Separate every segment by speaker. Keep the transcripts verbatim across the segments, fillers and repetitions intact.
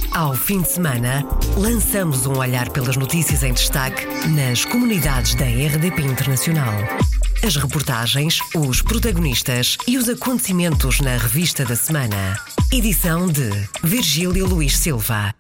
Speaker 1: Ao fim de semana, lançamos um olhar pelas notícias em destaque nas comunidades da R D P Internacional. As reportagens, os protagonistas e os acontecimentos na Revista da Semana. Edição de Virgílio Luís Silva.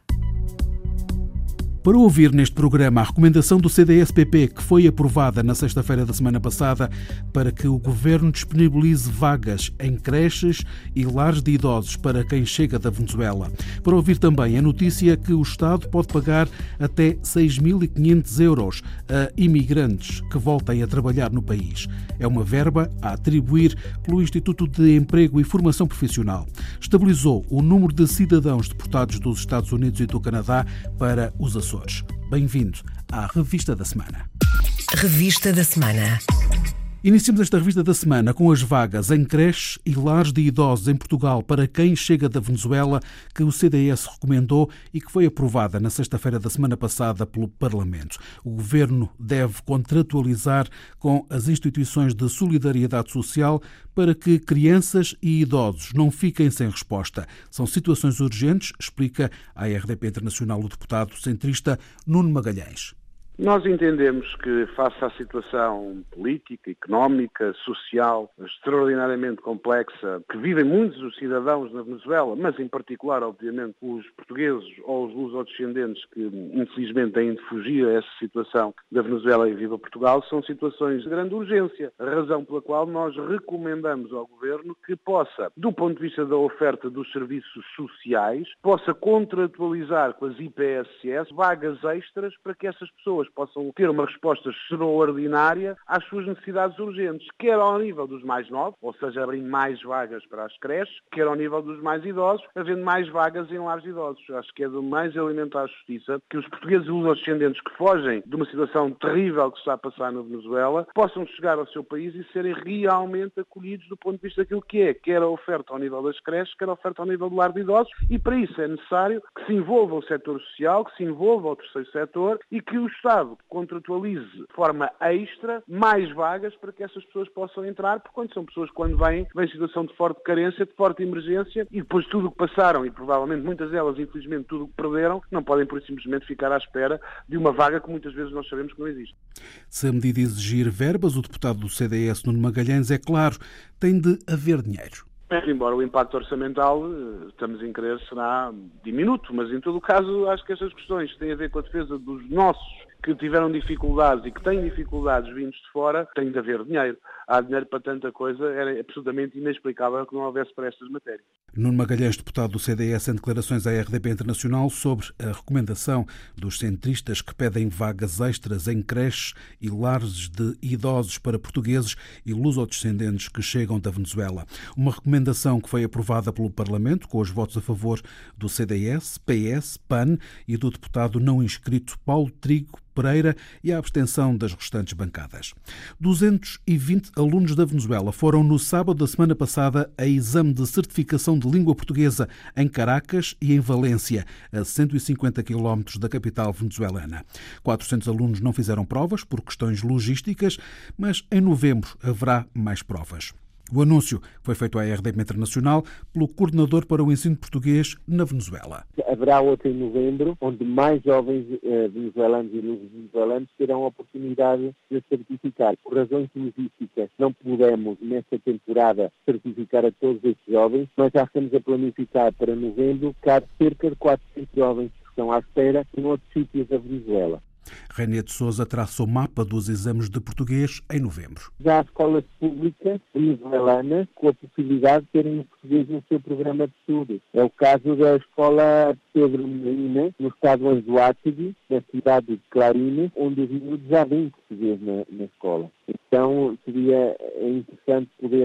Speaker 2: Para ouvir neste programa a recomendação do C D S P P, que foi aprovada na sexta-feira da semana passada, para que o Governo disponibilize vagas em creches e lares de idosos para quem chega da Venezuela. Para ouvir também a notícia que o Estado pode pagar até seis mil e quinhentos euros a imigrantes que voltem a trabalhar no país. É uma verba a atribuir pelo Instituto de Emprego e Formação Profissional. Estabilizou o número de cidadãos deportados dos Estados Unidos e do Canadá para os Açores. Bem-vindo à Revista da Semana.
Speaker 1: Revista da Semana.
Speaker 2: Iniciamos esta Revista da Semana com as vagas em creches e lares de idosos em Portugal para quem chega da Venezuela, que o C D S recomendou e que foi aprovada na sexta-feira da semana passada pelo Parlamento. O Governo deve contratualizar com as instituições de solidariedade social para que crianças e idosos não fiquem sem resposta. São situações urgentes, explica à R D P Internacional o deputado centrista Nuno Magalhães.
Speaker 3: Nós entendemos que, face à situação política, económica, social, extraordinariamente complexa, que vivem muitos os cidadãos na Venezuela, mas em particular, obviamente, os portugueses ou os lusodescendentes que, infelizmente, têm de fugir a essa situação da Venezuela e viva Portugal, são situações de grande urgência. A razão pela qual nós recomendamos ao Governo que possa, do ponto de vista da oferta dos serviços sociais, possa contratualizar com as I P S S vagas extras para que essas pessoas possam ter uma resposta extraordinária às suas necessidades urgentes, quer ao nível dos mais novos, ou seja, abrindo mais vagas para as creches, quer ao nível dos mais idosos, havendo mais vagas em lares de idosos. Acho que é do mais elementar justiça que os portugueses e os descendentes que fogem de uma situação terrível que se está a passar na Venezuela possam chegar ao seu país e serem realmente acolhidos do ponto de vista daquilo que é, quer a oferta ao nível das creches, quer a oferta ao nível do lar de idosos, e para isso é necessário que se envolva o setor social, que se envolva o terceiro setor e que o Estado contratualize de forma extra mais vagas para que essas pessoas possam entrar, porque quando são pessoas, quando vêm, vêm em situação de forte carência, de forte emergência, e depois tudo o que passaram, e provavelmente muitas delas, infelizmente, tudo o que perderam, não podem, por simplesmente, ficar à espera de uma vaga que muitas vezes nós sabemos que não existe.
Speaker 2: Se a medida exigir verbas, o deputado do C D S, Nuno Magalhães, é claro, tem de haver dinheiro.
Speaker 3: Embora o impacto orçamental, estamos em crer, será diminuto, mas em todo o caso acho que estas questões têm a ver com a defesa dos nossos que tiveram dificuldades e que têm dificuldades vindos de fora, tem de haver dinheiro. Há dinheiro para tanta coisa, era absolutamente inexplicável que não houvesse para estas matérias.
Speaker 2: Nuno Magalhães, deputado do C D S, em declarações à R D P Internacional sobre a recomendação dos centristas que pedem vagas extras em creches e lares de idosos para portugueses e lusodescendentes que chegam da Venezuela. Uma recomendação que foi aprovada pelo Parlamento com os votos a favor do C D S, P S, P A N e do deputado não inscrito Paulo Trigo Pereira e a abstenção das restantes bancadas. duzentos e vinte alunos da Venezuela foram no sábado da semana passada a exame de certificação de língua portuguesa em Caracas e em Valência, a cento e cinquenta quilómetros da capital venezuelana. quatrocentos alunos não fizeram provas por questões logísticas, mas em novembro haverá mais provas. O anúncio foi feito à R D P Internacional pelo coordenador para o ensino português na Venezuela.
Speaker 4: Haverá outra em novembro, onde mais jovens eh, venezuelanos e venezuelanos terão a oportunidade de certificar. Por razões logísticas, não pudemos, nesta temporada, certificar a todos estes jovens, mas já estamos a planificar para novembro, cabe cerca de quatrocentos jovens que estão à espera em outros sítios da Venezuela.
Speaker 2: René de Sousa traça o mapa dos exames de português em novembro.
Speaker 4: Já há escolas públicas venezuelanas com a possibilidade de terem o português no seu programa de estudos. É o caso da escola Pedro Medina, no estado de Anzoátegui, na cidade de Clarines, onde os miúdos já vêm português na, na escola. Então seria interessante poder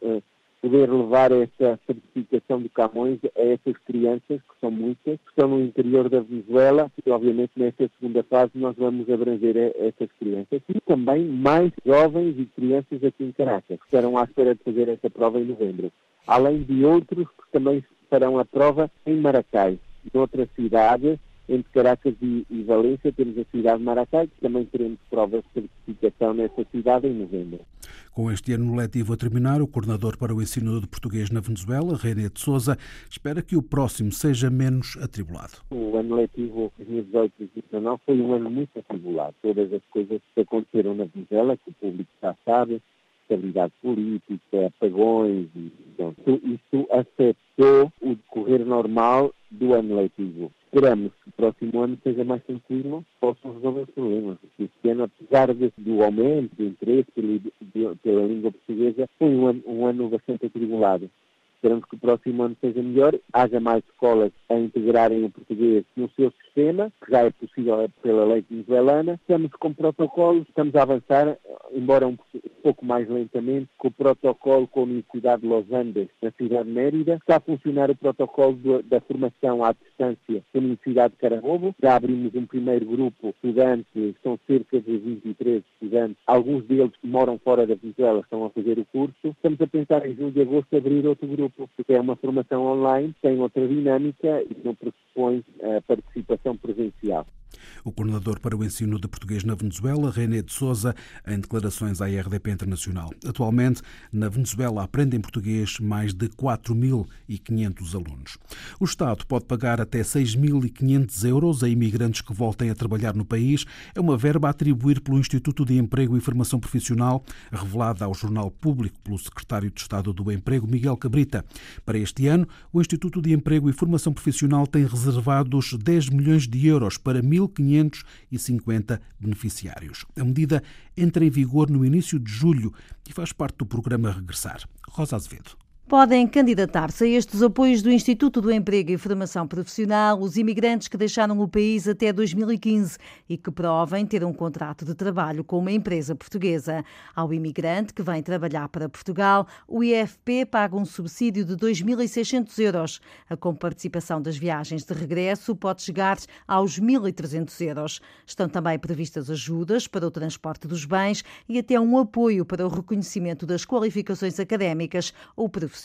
Speaker 4: poder levar essa certificação de Camões a essas crianças, que são muitas, que estão no interior da Venezuela, e obviamente nesta segunda fase nós vamos abranger essas crianças. E também mais jovens e crianças aqui em Caracas, que estarão à espera de fazer essa prova em novembro. Além de outros que também farão a prova em Maracay, noutra cidade, entre Caracas e, e Valência temos a cidade de Maracay, que também teremos provas de certificação nessa cidade em novembro.
Speaker 2: Com este ano letivo a terminar, o coordenador para o ensino de português na Venezuela, René de Sousa, espera que o próximo seja menos atribulado.
Speaker 4: O ano letivo dois mil e dezoito e dois mil e dezenove foi um ano muito atribulado. Todas as coisas que aconteceram na Venezuela, que o público já sabe, estabilidade política, apagões, e, então, isso afetou o decorrer normal do ano letivo. Esperamos que o próximo ano seja mais tranquilo, possam resolver os problemas. Este ano, apesar de, do aumento do interesse pela, pela língua portuguesa, foi um ano, um ano bastante atribulado. Esperamos que o próximo ano seja melhor, haja mais escolas a integrarem o português no seu sistema, que já é possível pela lei venezuelana. Estamos com protocolos, estamos a avançar, embora um pouco mais lentamente, com o protocolo com a Universidade de Los Andes, na cidade de Mérida. Está a funcionar o protocolo do, da formação à distância da Universidade de Carabobo. Já abrimos um primeiro grupo de estudantes, são cerca de vinte e três estudantes. Alguns deles que moram fora da Venezuela estão a fazer o curso. Estamos a pensar em julho e agosto abrir outro grupo, porque é uma formação online, tem outra dinâmica e não pressupõe a participação presencial.
Speaker 2: O coordenador para o ensino de português na Venezuela, René de Sousa, em declarações à R D P Internacional. Atualmente, na Venezuela aprendem português mais de quatro mil e quinhentos alunos. O Estado pode pagar até seis mil e quinhentos euros a imigrantes que voltem a trabalhar no país. É uma verba a atribuir pelo Instituto de Emprego e Formação Profissional, revelada ao Jornal Público pelo secretário de Estado do Emprego, Miguel Cabrita. Para este ano, o Instituto de Emprego e Formação Profissional tem reservados dez milhões de euros para mil quinhentos e cinquenta beneficiários. A medida entra em vigor no início de julho e faz parte do programa Regressar. Rosa Azevedo.
Speaker 5: Podem candidatar-se a estes apoios do Instituto do Emprego e Formação Profissional os imigrantes que deixaram o país até dois mil e quinze e que provem ter um contrato de trabalho com uma empresa portuguesa. Ao imigrante que vem trabalhar para Portugal, o I F P paga um subsídio de dois mil e seiscentos euros. A comparticipação das viagens de regresso pode chegar aos mil e trezentos euros. Estão também previstas ajudas para o transporte dos bens e até um apoio para o reconhecimento das qualificações académicas ou profissionais.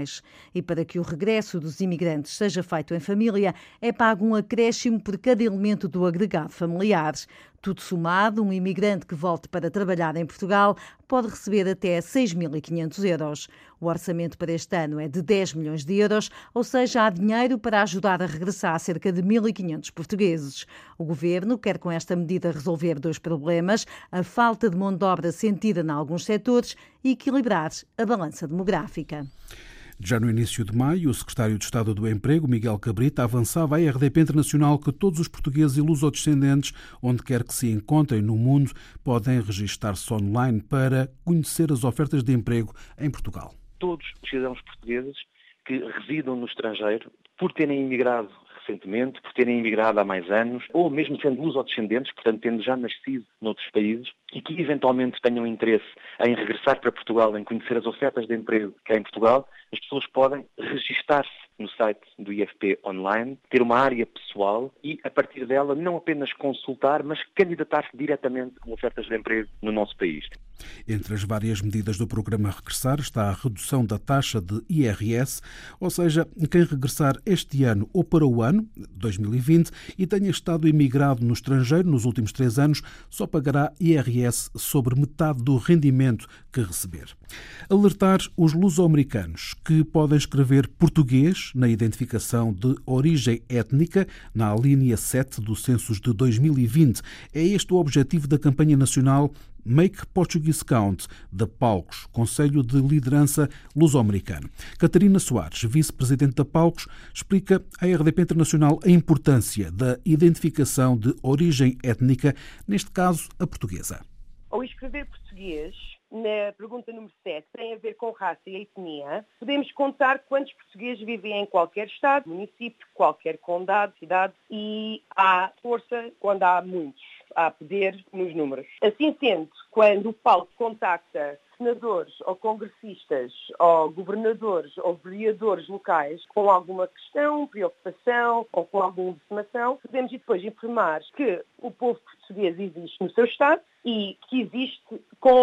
Speaker 5: E para que o regresso dos imigrantes seja feito em família, é pago um acréscimo por cada elemento do agregado familiar. Tudo somado, um imigrante que volte para trabalhar em Portugal pode receber até seis mil e quinhentos euros. O orçamento para este ano é de dez milhões de euros, ou seja, há dinheiro para ajudar a regressar cerca de mil e quinhentos portugueses. O Governo quer com esta medida resolver dois problemas: a falta de mão de obra sentida em alguns setores e equilibrar a balança demográfica.
Speaker 2: Já no início de maio, o secretário de Estado do Emprego, Miguel Cabrita, avançava à R D P Internacional que todos os portugueses e lusodescendentes, onde quer que se encontrem no mundo, podem registar-se online para conhecer as ofertas de emprego em Portugal.
Speaker 6: Todos os cidadãos portugueses que residam no estrangeiro, por terem imigrado recentemente, por terem imigrado há mais anos, ou mesmo sendo lusodescendentes, portanto tendo já nascido noutros países, e que eventualmente tenham interesse em regressar para Portugal, em conhecer as ofertas de emprego que há em Portugal, as pessoas podem registar-se no site do I F P online, ter uma área pessoal e, a partir dela, não apenas consultar, mas candidatar-se diretamente a ofertas de emprego no nosso país.
Speaker 2: Entre as várias medidas do programa Regressar está a redução da taxa de I R S, ou seja, quem regressar este ano ou para o ano, dois mil e vinte, e tenha estado imigrado no estrangeiro nos últimos três anos, só pagará I R S sobre metade do rendimento que receber. Alertar os luso-americanos que podem escrever português na identificação de origem étnica na linha sete do Census de dois mil e vinte. É este o objetivo da campanha nacional Make Portuguese Count, da Palcos, Conselho de Liderança Luso-Americano. Catarina Soares, vice-presidente da Palcos, explica à R D P Internacional a importância da identificação de origem étnica, neste caso a portuguesa.
Speaker 7: Ao escrever português, na pergunta número sete, tem a ver com raça e etnia, podemos contar quantos portugueses vivem em qualquer estado, município, qualquer condado, cidade, e há força quando há muitos, há poder nos números. Assim sendo, quando o palco contacta senadores ou congressistas ou governadores ou vereadores locais com alguma questão, preocupação ou com alguma informação, podemos depois informar que o povo português existe no seu estado e que existe com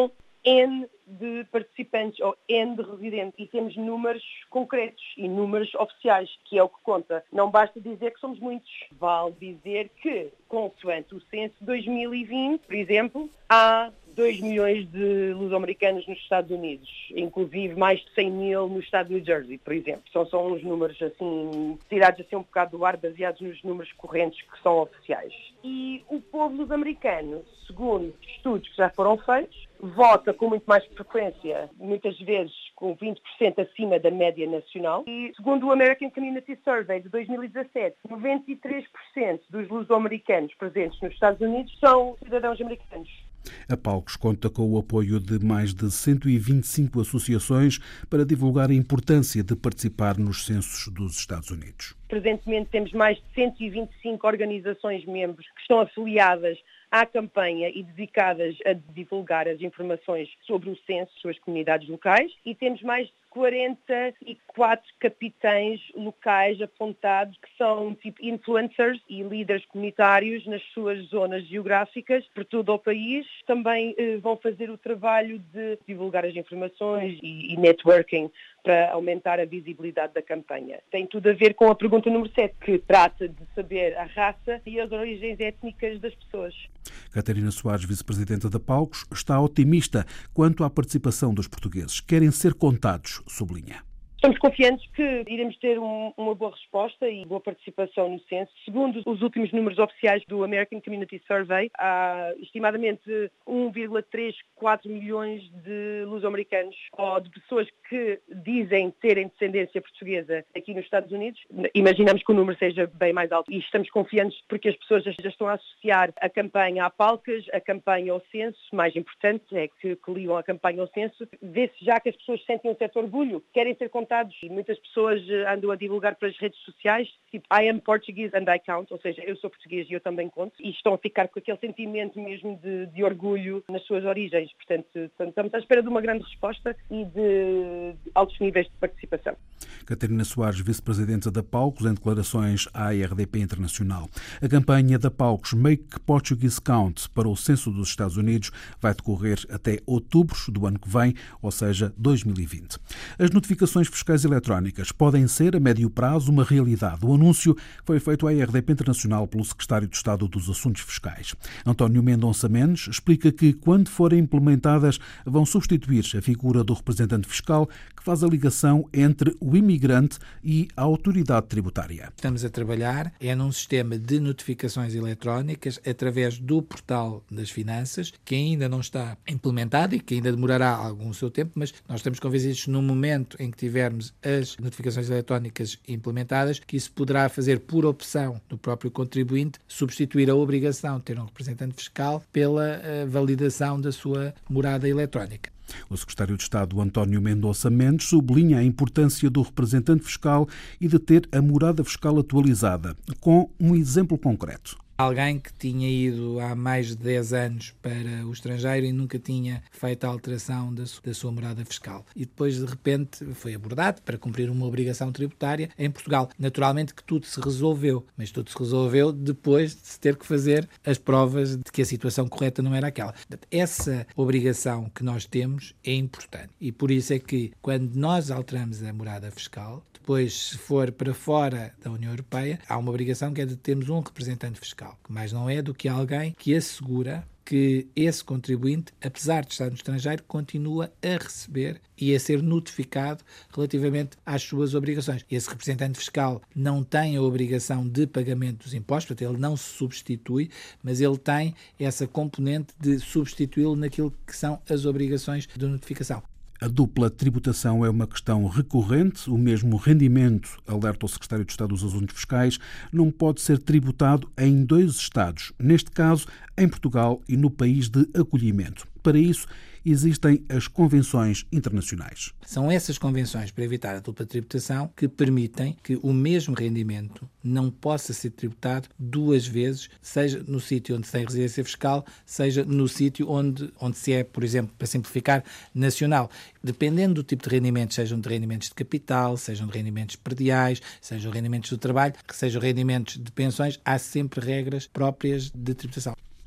Speaker 7: N de participantes ou N de residentes e temos números concretos e números oficiais, que é o que conta. Não basta dizer que somos muitos. Vale dizer que, consoante o censo de dois mil e vinte, por exemplo, há dois milhões de luso-americanos nos Estados Unidos, inclusive mais de cem mil no estado de New Jersey, por exemplo. São só uns números assim, tirados assim um bocado do ar, baseados nos números correntes que são oficiais. E o povo luso-americano, segundo estudos que já foram feitos, vota com muito mais frequência, muitas vezes com vinte por cento acima da média nacional. E segundo o American Community Survey de dois mil e dezassete, noventa e três por cento dos luso-americanos presentes nos Estados Unidos são cidadãos americanos.
Speaker 2: A Palcos conta com o apoio de mais de cento e vinte e cinco associações para divulgar a importância de participar nos censos dos Estados Unidos.
Speaker 7: Presentemente temos mais de cento e vinte e cinco organizações membros que estão afiliadas à campanha e dedicadas a divulgar as informações sobre o censo, suas comunidades locais, e temos mais de quarenta e quatro capitães locais apontados que são tipo influencers e líderes comunitários nas suas zonas geográficas por todo o país. Também eh, vão fazer o trabalho de divulgar as informações e, e networking para aumentar a visibilidade da campanha. Tem tudo a ver com a pergunta número sete, que trata de saber a raça e as origens étnicas das pessoas.
Speaker 2: Catarina Soares, vice-presidenta da Palcos, está otimista quanto à participação dos portugueses. Querem ser contados, sublinha.
Speaker 7: Estamos confiantes que iremos ter um, uma boa resposta e boa participação no censo. Segundo os últimos números oficiais do American Community Survey, há estimadamente um vírgula trinta e quatro milhões de luso-americanos ou de pessoas que dizem terem descendência portuguesa aqui nos Estados Unidos. Imaginamos que o número seja bem mais alto e estamos confiantes porque as pessoas já estão a associar a campanha à Palcas, a campanha ao censo. Mais importante é que, que ligam a campanha ao censo. Vê-se já que as pessoas sentem um certo orgulho, querem ser contadas. E muitas pessoas andam a divulgar pelas redes sociais, tipo, I am Portuguese and I count, ou seja, eu sou português e eu também conto, e estão a ficar com aquele sentimento mesmo de, de orgulho nas suas origens. Portanto, estamos à espera de uma grande resposta e de, de altos níveis de participação.
Speaker 2: Catarina Soares, vice-presidenta da Palcos, em declarações à R D P Internacional. A campanha da Palcos Make Portuguese Count para o censo dos Estados Unidos vai decorrer até outubro do ano que vem, ou seja, dois mil e vinte. As notificações fiscais eletrónicas podem ser, a médio prazo, uma realidade. O anúncio foi feito à R D P Internacional pelo secretário de Estado dos Assuntos Fiscais. António Mendonça Mendes explica que, quando forem implementadas, vão substituir a figura do representante fiscal que faz a ligação entre o imigrante e a autoridade tributária.
Speaker 8: Estamos a trabalhar é num sistema de notificações eletrónicas através do portal das finanças, que ainda não está implementado e que ainda demorará algum seu tempo, mas nós estamos convencidos no momento em que tivermos as notificações eletrónicas implementadas, que isso poderá fazer por opção do próprio contribuinte substituir a obrigação de ter um representante fiscal pela uh, validação da sua morada eletrónica.
Speaker 2: O secretário de Estado, António Mendonça Mendes, sublinha a importância do representante fiscal e de ter a morada fiscal atualizada, com um exemplo concreto.
Speaker 8: Alguém que tinha ido há mais de dez anos para o estrangeiro e nunca tinha feito a alteração da, su- da sua morada fiscal. E depois, de repente, foi abordado para cumprir uma obrigação tributária em Portugal. Naturalmente que tudo se resolveu, mas tudo se resolveu depois de se ter que fazer as provas de que a situação correta não era aquela. Essa obrigação que nós temos é importante. E por isso é que, quando nós alteramos a morada fiscal, depois, se for para fora da União Europeia, há uma obrigação que é de termos um representante fiscal, que mais não é do que alguém que assegura que esse contribuinte, apesar de estar no estrangeiro, continua a receber e a ser notificado relativamente às suas obrigações. Esse representante fiscal não tem a obrigação de pagamento dos impostos, portanto, ele não se substitui, mas ele tem essa componente de substituí-lo naquilo que são as obrigações de notificação.
Speaker 2: A dupla tributação é uma questão recorrente. O mesmo rendimento, alerta o secretário de Estado dos Assuntos Fiscais, não pode ser tributado em dois Estados, neste caso em Portugal e no país de acolhimento. Para isso, existem as convenções internacionais.
Speaker 8: São essas convenções para evitar a dupla tributação que permitem que o mesmo rendimento não possa ser tributado duas vezes, seja no sítio onde se tem residência fiscal, seja no sítio onde, onde se é, por exemplo, para simplificar, nacional. Dependendo do tipo de rendimentos, sejam de rendimentos de capital, sejam de rendimentos perdiais, sejam rendimentos do trabalho, sejam rendimentos de pensões, há sempre regras próprias de tributação.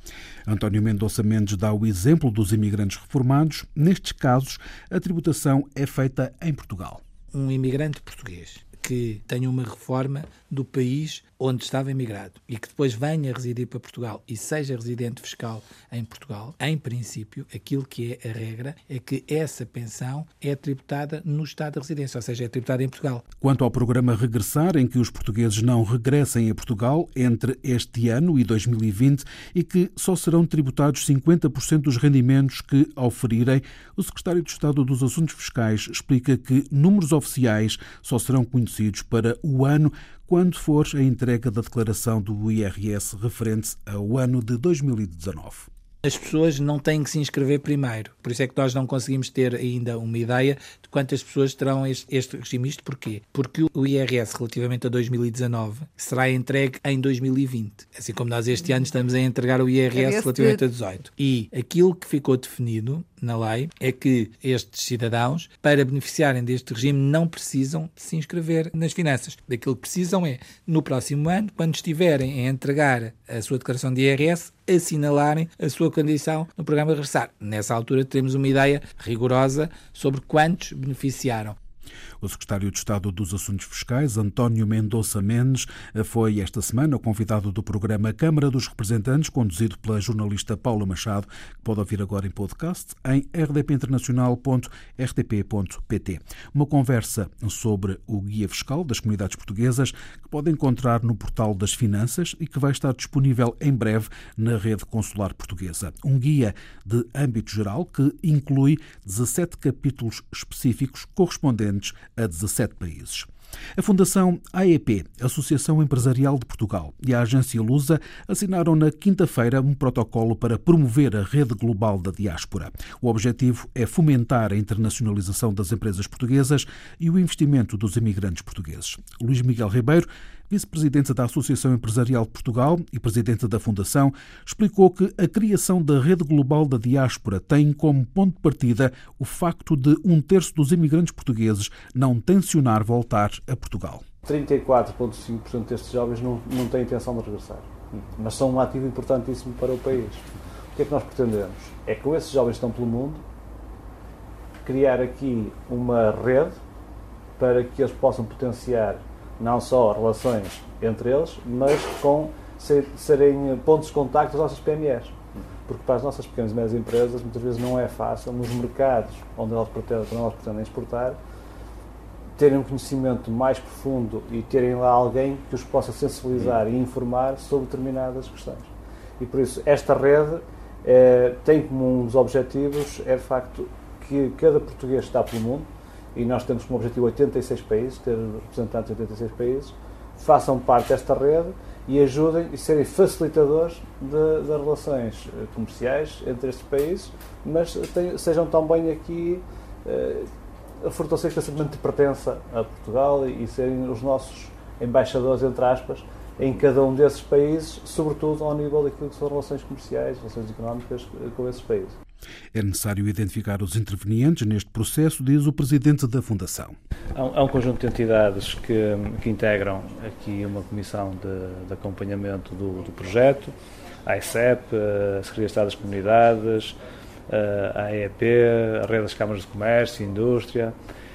Speaker 2: António Mendonça Mendes dá o exemplo dos imigrantes reformados. Nestes casos, a tributação é feita em Portugal.
Speaker 8: Um imigrante português que tenha uma reforma do país onde estava emigrado e que depois venha residir para Portugal e seja residente fiscal em Portugal, em princípio, aquilo que é a regra é que essa pensão é tributada no estado de residência, ou seja, é tributada em Portugal.
Speaker 2: Quanto ao programa Regressar, em que os portugueses não regressem a Portugal entre este ano e dois mil e vinte e que só serão tributados cinquenta por cento dos rendimentos que oferirem, o secretário de Estado dos Assuntos Fiscais explica que números oficiais só serão conhecidos para o ano quando for a entrega da declaração do I R S referente ao ano de dois mil e dezanove.
Speaker 8: As pessoas não têm que se inscrever primeiro. Por isso é que nós não conseguimos ter ainda uma ideia de quantas pessoas terão este, este regime. Isto porquê? Porque o I R S relativamente a dois mil e dezanove será entregue em dois mil e vinte. Assim como nós este ano estamos a entregar o I R S relativamente a dezoito. E aquilo que ficou definido na lei é que estes cidadãos, para beneficiarem deste regime, não precisam se inscrever nas finanças. Daquilo que precisam é, no próximo ano, quando estiverem a entregar a sua declaração de I R S, assinalarem a sua condição no programa Regressar. Nessa altura teremos uma ideia rigorosa sobre quantos beneficiaram.
Speaker 2: O secretário de Estado dos Assuntos Fiscais, António Mendonça Mendes, foi esta semana o convidado do programa Câmara dos Representantes, conduzido pela jornalista Paula Machado, que pode ouvir agora em podcast em r d p internacional ponto r t p ponto p t. Uma conversa sobre o Guia Fiscal das Comunidades Portuguesas, que pode encontrar no Portal das Finanças e que vai estar disponível em breve na Rede Consular Portuguesa. Um guia de âmbito geral que inclui dezassete capítulos específicos correspondentes a dezassete países. A Fundação A E P, Associação Empresarial de Portugal, e a Agência Lusa assinaram na quinta-feira um protocolo para promover a rede global da diáspora. O objetivo é fomentar a internacionalização das empresas portuguesas e o investimento dos imigrantes portugueses. Luís Miguel Ribeiro, vice-presidente da Associação Empresarial de Portugal e presidente da Fundação, explicou que a criação da rede global da diáspora tem como ponto de partida o facto de um terço dos imigrantes portugueses não tencionar voltar a Portugal.
Speaker 9: trinta e quatro vírgula cinco por cento destes jovens não, não têm intenção de regressar, mas são um ativo importantíssimo para o país. O que é que nós pretendemos? É que com esses jovens que estão pelo mundo, criar aqui uma rede para que eles possam potenciar não só relações entre eles, mas com ser, serem pontos de contacto das nossas P M Es. Porque para as nossas pequenas e médias empresas muitas vezes não é fácil, nos mercados onde elas pretendem, onde elas pretendem exportar, terem um conhecimento mais profundo e terem lá alguém que os possa sensibilizar e informar sobre determinadas questões. E por isso esta rede eh, tem como um dos objetivos é de facto que cada português está pelo mundo, e nós temos como objetivo oitenta e seis países, ter representantes de oitenta e seis países, façam parte desta rede e ajudem e serem facilitadores de, de relações comerciais entre estes países, mas tem, sejam também aqui eh, a fortalecer este sentimento de pertença a Portugal e, e serem os nossos embaixadores, entre aspas, em cada um desses países, sobretudo ao nível daquilo que são relações comerciais, relações económicas com esses países.
Speaker 2: É necessário identificar os intervenientes neste processo, diz o presidente da Fundação.
Speaker 9: Há um conjunto de entidades que, que integram aqui uma comissão de, de acompanhamento do, do projeto, a I C E P, a Secretaria de Estado das Comunidades, a A E P, a Rede das Câmaras de Comércio e Indústria,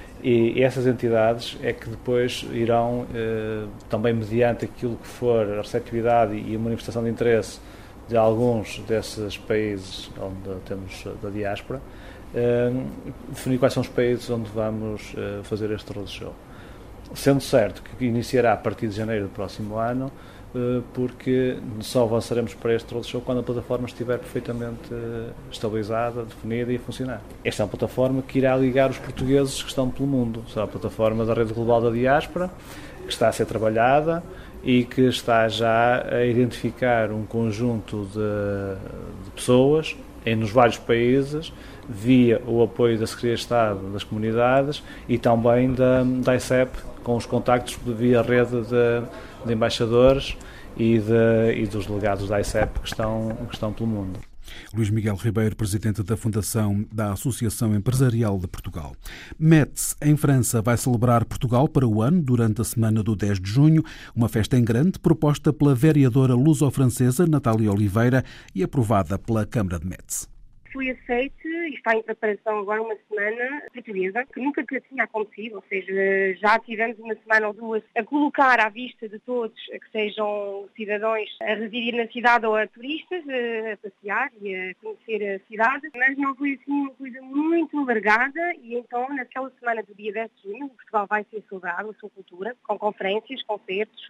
Speaker 9: e essas entidades é que depois irão, também mediante aquilo que for a receptividade e a manifestação de interesse de alguns desses países onde temos da diáspora, eh, definir quais são os países onde vamos eh, fazer este roadshow. Sendo certo que iniciará a partir de janeiro do próximo ano, eh, porque só avançaremos para este roadshow quando a plataforma estiver perfeitamente eh, estabilizada, definida e a funcionar. Esta é uma plataforma que irá ligar os portugueses que estão pelo mundo. Será a plataforma da Rede Global da Diáspora, que está a ser trabalhada e que está já a identificar um conjunto de, de pessoas em, nos vários países, via o apoio da Secretaria de Estado das Comunidades e também da, da I C E P, com os contactos via a rede de, de embaixadores e, de, e dos delegados da I C E P que estão, que estão pelo mundo.
Speaker 2: Luís Miguel Ribeiro, presidente da Fundação da Associação Empresarial de Portugal. Metz, em França, vai celebrar Portugal para o ano durante a semana do dez de junho, uma festa em grande proposta pela vereadora luso-francesa Natália Oliveira e aprovada pela Câmara de Metz.
Speaker 10: Foi aceite e está em preparação agora uma semana portuguesa, que nunca tinha acontecido, ou seja, já tivemos uma semana ou duas a colocar à vista de todos, que sejam cidadãos a residir na cidade ou a turistas, a passear e a conhecer a cidade, mas não foi assim uma coisa muito alargada e então naquela semana do dia dez de junho, Portugal vai ser celebrado a sua cultura, com conferências, concertos,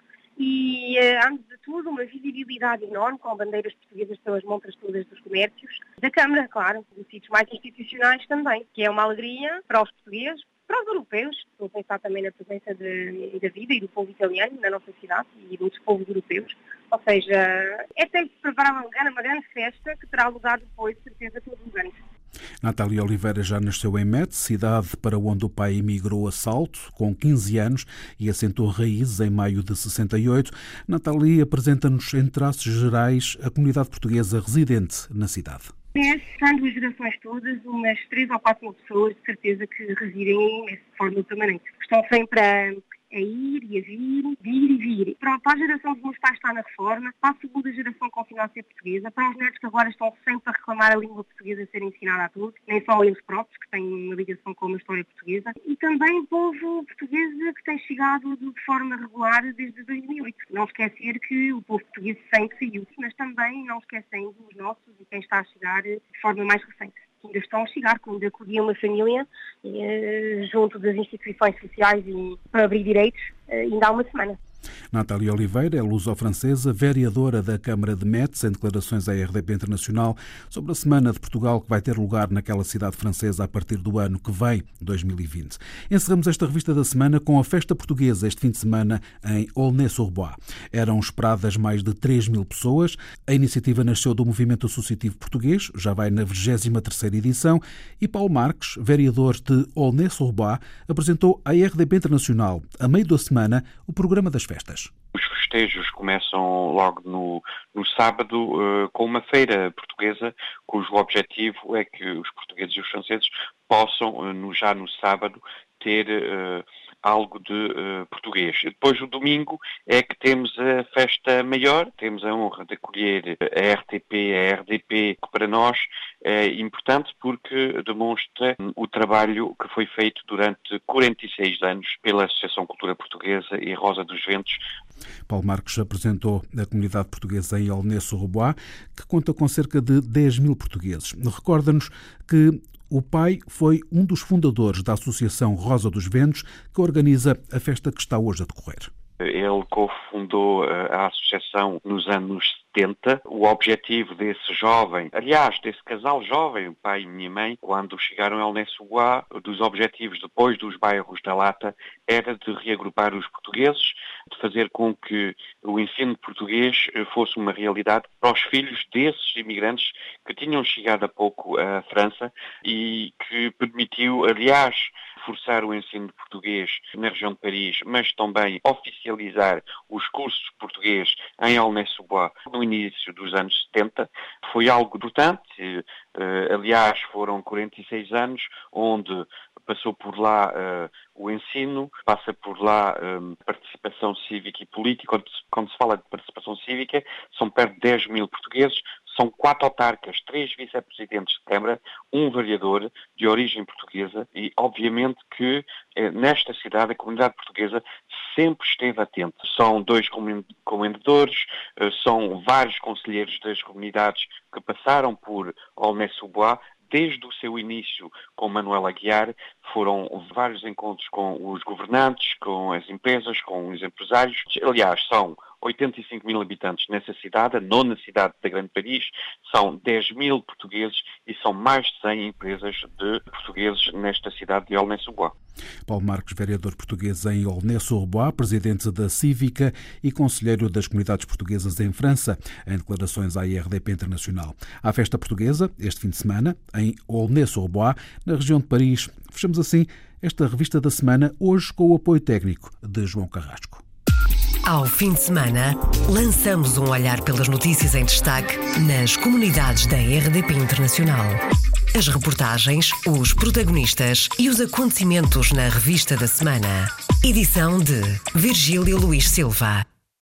Speaker 10: e, antes de tudo, uma visibilidade enorme com bandeiras portuguesas pelas montras todas dos comércios, da Câmara, claro, dos sítios mais institucionais também, que é uma alegria para os portugueses, para os europeus, estou a pensar também na presença de, da vida e do povo italiano na nossa cidade e dos povos europeus. Ou seja, é sempre preparar uma grande, uma grande festa que terá lugar depois, de certeza, todos os anos.
Speaker 2: Natália Oliveira já nasceu em Metz, cidade para onde o pai emigrou a salto, com quinze anos, e assentou raízes em maio de sessenta e oito. Natália apresenta-nos, em traços gerais, a comunidade portuguesa residente na cidade.
Speaker 10: Sendo as gerações todas, umas três ou quatro mil pessoas, de certeza, que residem de forma permanente. Estão sempre a... a ir e a vir, vir e vir. Para a geração dos meus pais está na reforma, para a segunda geração continua a ser portuguesa, para os netos que agora estão sempre a reclamar a língua portuguesa ser ensinada a todos, nem só eles próprios, que têm uma ligação com uma história portuguesa, e também o povo português que tem chegado de forma regular desde dois mil e oito. Não esquecer que o povo português sempre saiu, mas também não esquecendo os nossos e quem está a chegar de forma mais recente. Ainda estão a chegar, que ainda acolhiam uma família eh, junto das instituições sociais e para abrir direitos, eh, ainda há uma semana.
Speaker 2: Natália Oliveira é luso-francesa, vereadora da Câmara de Metz, em declarações à R D P Internacional sobre a Semana de Portugal que vai ter lugar naquela cidade francesa a partir do ano que vem, dois mil e vinte. Encerramos esta revista da semana com a festa portuguesa este fim de semana em Aulnay-sur-Bois. Eram esperadas mais de três mil pessoas. A iniciativa nasceu do movimento associativo português, já vai na vigésima terceira edição, e Paulo Marques, vereador de Aulnay-sur-Bois, apresentou à R D P Internacional, a meio da semana, o programa das festas.
Speaker 11: Os festejos começam logo no, no sábado uh, com uma feira portuguesa, cujo objetivo é que os portugueses e os franceses possam, uh, no, já no sábado, ter uh, algo de uh, português. E depois, o domingo, é que temos a festa maior, temos a honra de acolher a R T P, a R D P, que para nós é importante porque demonstra o trabalho que foi feito durante quarenta e seis anos pela Associação Cultura Portuguesa e Rosa dos Ventos.
Speaker 2: Paulo Marques apresentou a comunidade portuguesa em Aulnay-sur-Bois, que conta com cerca de dez mil portugueses. Recorda-nos que o pai foi um dos fundadores da Associação Rosa dos Ventos, que organiza a festa que está hoje a decorrer.
Speaker 11: Ele cofundou a associação nos anos setenta. O objetivo desse jovem, aliás, desse casal jovem, o pai e minha mãe, quando chegaram a Aulnay-sur-Bois, dos objetivos depois dos bairros da Lata, era de reagrupar os portugueses, de fazer com que o ensino português fosse uma realidade para os filhos desses imigrantes que tinham chegado há pouco à França e que permitiu, aliás, forçar o ensino de português na região de Paris, mas também oficializar os cursos de português em Aulnay-sur-Bois no início dos anos setenta. Foi algo importante, uh, aliás, foram quarenta e seis anos onde passou por lá uh, o ensino, passa por lá um, participação cívica e política. Quando se, quando se fala de participação cívica, são perto de dez mil portugueses, são quatro autarcas, três vice-presidentes de Câmara, um vereador de origem portuguesa e, obviamente, que eh, nesta cidade a comunidade portuguesa sempre esteve atenta. São dois comendadores, eh, são vários conselheiros das comunidades que passaram por Aulnay-sur-Bois. Desde o seu início com Manuel Aguiar, foram vários encontros com os governantes, com as empresas, com os empresários. Aliás, são oitenta e cinco mil habitantes nessa cidade, a nona cidade da Grande Paris, são dez mil portugueses e são mais de cem empresas de portugueses nesta cidade de Aulnay-sur-Bois.
Speaker 2: Paulo Marques, vereador português em Aulnay-sur-Bois, presidente da Cívica e conselheiro das comunidades portuguesas em França, em declarações à R D P Internacional. À festa portuguesa, este fim de semana, em Aulnay-sur-Bois, na região de Paris. Fechamos assim esta revista da semana, hoje com o apoio técnico de João Carrasco.
Speaker 1: Ao fim de semana, lançamos um olhar pelas notícias em destaque nas comunidades da R D P Internacional. As reportagens, os protagonistas e os acontecimentos na revista da semana. Edição de Virgílio Luís Silva.